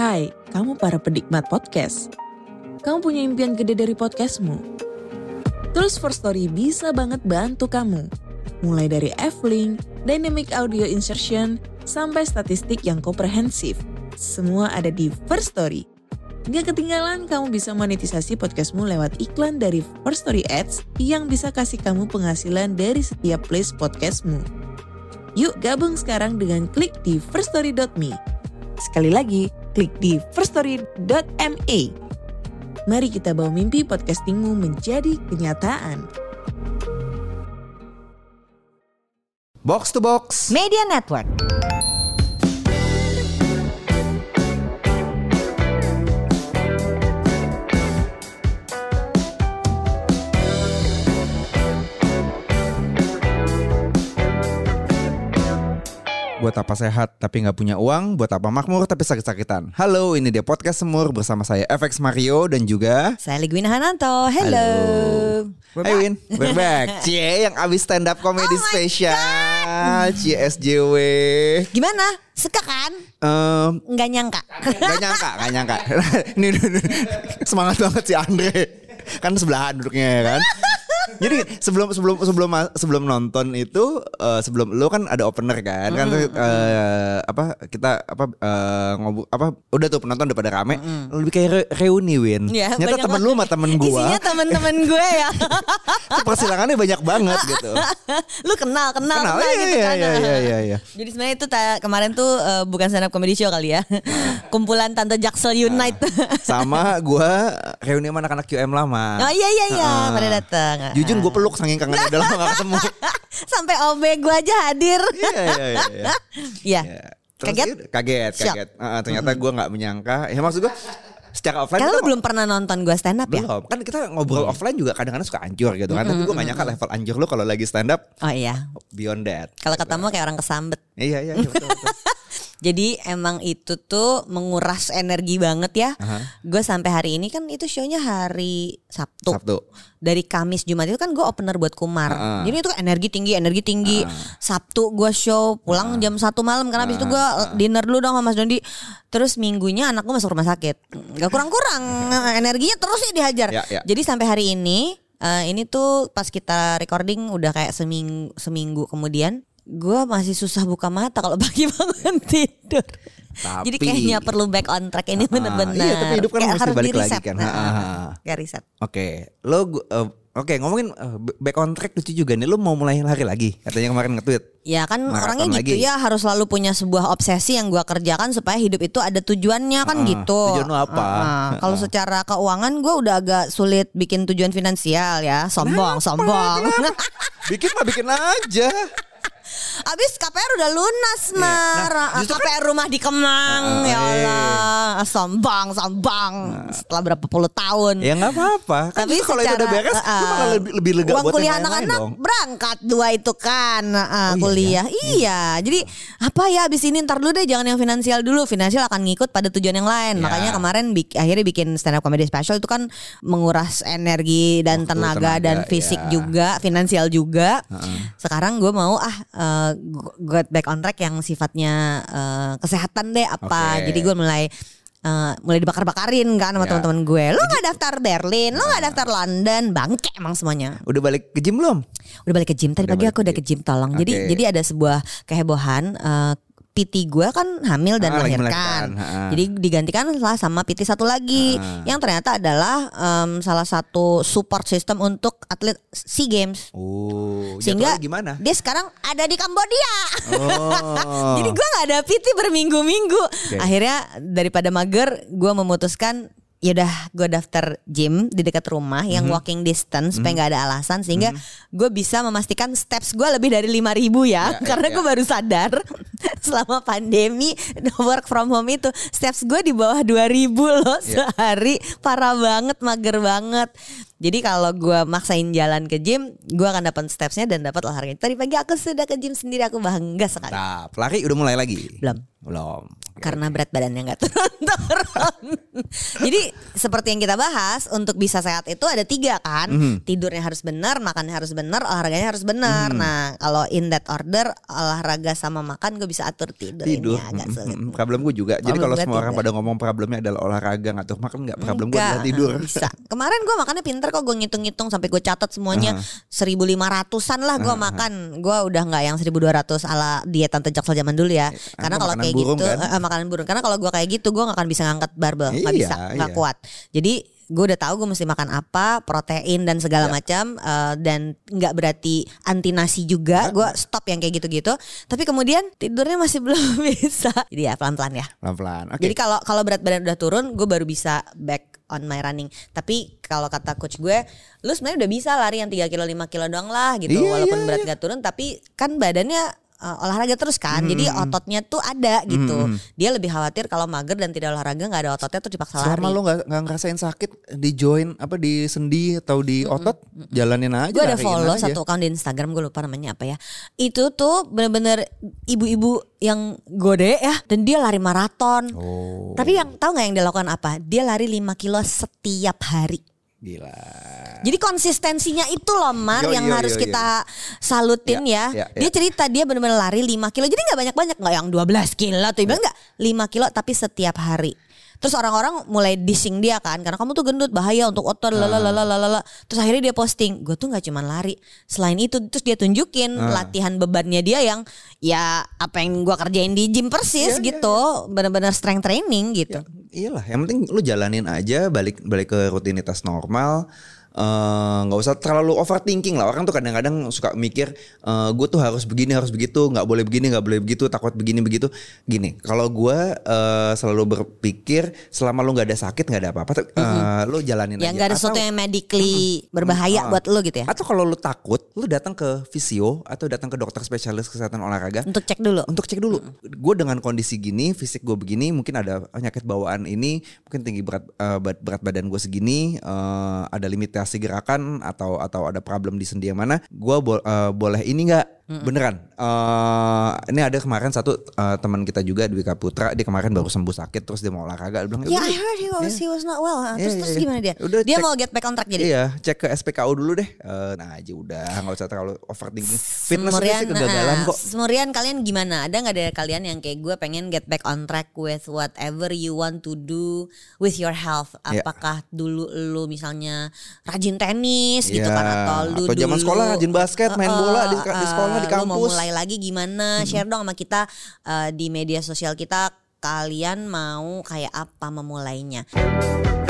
Hai, kamu para penikmat podcast. Kamu punya impian gede dari podcastmu? Tools for Story bisa banget bantu kamu. Mulai dari F-Link, Dynamic Audio Insertion, sampai statistik yang komprehensif. Semua ada di First Story. Gak ketinggalan kamu bisa monetisasi podcastmu lewat iklan dari First Story Ads yang bisa kasih kamu penghasilan dari setiap place podcastmu. Yuk gabung sekarang dengan klik di firststory.me. Sekali lagi, klik di firststory.me. Mari kita bawa mimpi podcastingmu menjadi kenyataan. Box to Box Media Network. Buat apa sehat tapi gak punya uang, buat apa makmur tapi sakit-sakitan. Halo, ini dia Podcast Semur bersama saya FX Mario dan juga Saya Ligwina Hananto. Hello. Hai Win, we're back. Cie yang abis stand up comedy spesial Cie SJW. Gimana? Suka kan? Nggak nyangka. Gak nyangka. Ini semangat banget si Andre. Kan sebelahan duduknya ya kan. Jadi sebelum nonton itu sebelum lu kan ada opener kan udah tuh penonton udah pada rame lebih kayak reuni Win. Ya, ternyata temen lu sama temen gua. Isinya temen-temen gue ya. Persilangannya banyak banget gitu. Lu kenal gitu kan. Iya. Jadi sebenarnya itu kemarin tuh bukan stand up comedy show kali ya. Kumpulan Tante Jaksel Unite. Sama gua reuni sama anak-anak QM lama. Oh iya pada datang. Jujur gue peluk saking kangen udah lama gak ketemu. Sampai OB gue aja hadir. Iya. Kaget. Ternyata gue gak menyangka. Ya maksud gue secara offline. Karena lu belum pernah nonton gue stand up ya? Belum. Kan kita ngobrol offline juga kadang-kadang suka anjur gitu kan. Tapi gue gak nyangka level anjur lu kalau lagi stand up. Oh iya. Beyond that. Kalau ketemu kayak orang kesambet. Iya betul. Jadi emang itu tuh menguras energi banget ya. Gue sampai hari ini kan itu show-nya hari Sabtu. Dari Kamis Jumat itu kan gue opener buat Kumar. Jadi itu energi tinggi. Sabtu gue show pulang jam 1 malam karena habis itu gue dinner dulu dong sama Mas Dondi. Terus minggunya anak gue masuk rumah sakit. Gak kurang-kurang energinya terus ya dihajar. Jadi sampai hari ini tuh pas kita recording udah kayak seminggu kemudian. Gue masih susah buka mata kalau pagi bangun tidur. Jadi kayaknya perlu back on track ini bener-bener. Iya, tapi hidup kan kayak mesti harus balik di-reset. lagi kan. Gak riset. Oke, ngomongin back on track lucu juga nih. Lu mau mulai lari lagi? Katanya kemarin nge-tweet. Ya kan Maraton orangnya gitu lagi. ya, harus selalu punya sebuah obsesi yang gue kerjakan supaya hidup itu ada tujuannya kan gitu. Tujuan lu apa? Kalau secara keuangan gue udah agak sulit bikin tujuan finansial ya. Sombong. Bikin aja. Abis KPR udah lunas Mar. KPR rumah di Kemang. Ya Allah, sombong. Setelah berapa puluh tahun. Ya nggak apa-apa. Kan Tapi kalau itu udah beres, lu bakal lebih lega uang buat kuliah yang lain-lain anak-anak dong. berangkat 2 itu kan kuliah. Iya. Jadi apa ya abis ini ntar dulu deh, jangan yang finansial dulu. Finansial akan ngikut pada tujuan yang lain. Makanya kemarin akhirnya bikin stand up comedy special itu kan menguras energi dan tenaga dan fisik juga, finansial juga. Sekarang gue mau get back on track yang sifatnya kesehatan deh apa. Jadi gue mulai dibakar-bakarin kan sama teman-teman gue. Lo nggak daftar Berlin, lo nggak daftar London, bangke emang semuanya. Udah balik ke gym belum? Udah balik ke gym tadi pagi aku udah ke gym tolong. Jadi ada sebuah kehebohan. PT gue kan hamil dan melahirkan. Jadi digantikan lah sama PT satu lagi yang ternyata adalah salah satu support system untuk atlet SEA Games. Sehingga gimana? Dia sekarang ada di Kambodia. Jadi gue gak ada PT berminggu-minggu. Akhirnya daripada mager, gue memutuskan yaudah gue daftar gym di dekat rumah yang walking distance supaya gak ada alasan. Sehingga gue bisa memastikan steps gue lebih dari 5.000 ya. Karena gue baru sadar selama pandemi work from home itu steps gue di bawah 2.000 loh sehari. Parah banget, mager banget. Jadi kalau gue maksain jalan ke gym, gue akan dapat stepsnya dan dapat olahraganya. Tadi pagi aku sudah ke gym sendiri, aku bangga sekali. Nah, lari udah mulai lagi? Belum. karena berat badannya nggak turun-turun. Jadi seperti yang kita bahas, untuk bisa sehat itu ada 3 kan. Tidurnya harus benar, makannya harus benar, olahraganya harus benar. Nah kalau in that order, olahraga sama makan gue bisa atur tidurnya agak sulit. Problem gue juga. Jadi kalau semua orang pada ngomong problemnya adalah olahraga ngatur makan, nggak, problem gue adalah tidur. Bisa. Kemarin gue makannya pinter kok, gue ngitung-ngitung sampai gue catat semuanya 1.500-an lah gue makan. Gue udah nggak yang 1.200 ala diet Tante Jaksel zaman dulu ya. Karena kalau kayak gitu makanan burung. Karena kalau gue kayak gitu gue gak akan bisa ngangkat barbel, nggak bisa, nggak kuat. Jadi gue udah tahu gue mesti makan apa, protein dan segala macam, dan nggak berarti anti nasi juga. Gue stop yang kayak gitu-gitu. Tapi kemudian tidurnya masih belum bisa. Jadi ya pelan-pelan ya. Pelan-pelan. Okay. Jadi kalau berat badan udah turun, gue baru bisa back on my running. Tapi kalau kata coach gue, lu sebenarnya udah bisa lari yang 3 kilo 5 kilo doang lah gitu. Walaupun berat gak turun, tapi kan badannya olahraga terus kan, jadi ototnya tuh ada gitu. Dia lebih khawatir kalau mager dan tidak olahraga, nggak ada ototnya tuh dipaksa lari. Selama lo nggak ngerasain sakit di joint apa di sendi atau di otot, jalanin aja. Gue ada follow satu account di Instagram, gue lupa namanya apa ya. Itu tuh bener-bener ibu-ibu yang gede ya, dan dia lari maraton. Tapi yang tahu nggak yang dia lakukan apa? Dia lari 5 kilo setiap hari. Gila. Jadi konsistensinya itu loh Mar yang harus kita salutin ya. Dia cerita dia benar-benar lari 5 kilo. Jadi gak banyak-banyak, gak yang 12 kilo tuh. Dia bilang gak 5 kilo tapi setiap hari. Terus orang-orang mulai dissing dia kan, karena kamu tuh gendut, bahaya untuk otot, lalalala. Terus akhirnya dia posting, gue tuh gak cuma lari. Selain itu, terus dia tunjukin latihan bebannya dia yang ya apa yang gue kerjain di gym persis gitu. Benar-benar strength training gitu. Iyalah, yang penting lu jalanin aja, balik ke rutinitas normal. Nggak usah terlalu overthinking lah. Orang tuh kadang-kadang suka mikir gue tuh harus begini, harus begitu, nggak boleh begini, nggak boleh begitu, takut begini begitu. Gini, kalau gue selalu berpikir selama lu nggak ada sakit, nggak ada apa-apa, lu jalanin aja. Yang nggak ada sesuatu yang medically berbahaya buat lu gitu ya. Atau kalau lu takut, lu datang ke fisio atau datang ke dokter spesialis kesehatan olahraga untuk cek dulu. Gue dengan kondisi gini, fisik gue begini, mungkin ada penyakit bawaan ini, mungkin tinggi berat badan gue segini, ada limitasi gerakan atau ada problem di sendi yang mana, gue boleh ini nggak? Beneran. Ini ada kemarin satu teman kita juga, Dwika Putra, dia kemarin baru sembuh sakit, terus dia mau olahraga, dia bilang, I heard he was not well. Terus gimana dia? Udah dia cek, mau get back on track jadi. Iya, cek ke SPKU dulu deh. Nah aja udah, nggak usah terlalu overthinking. Fitness itu sih kegagalan kok. Semurian kalian gimana? Ada nggak dari kalian yang kayak gue pengen get back on track with whatever you want to do with your health? Apakah dulu lu misalnya rajin tenis gitu kan, atau lu atau zaman sekolah rajin basket, main bola di sekolah, di kampus. Lu mau mulai lagi gimana? Share dong sama kita di media sosial kita, kalian mau kayak apa memulainya.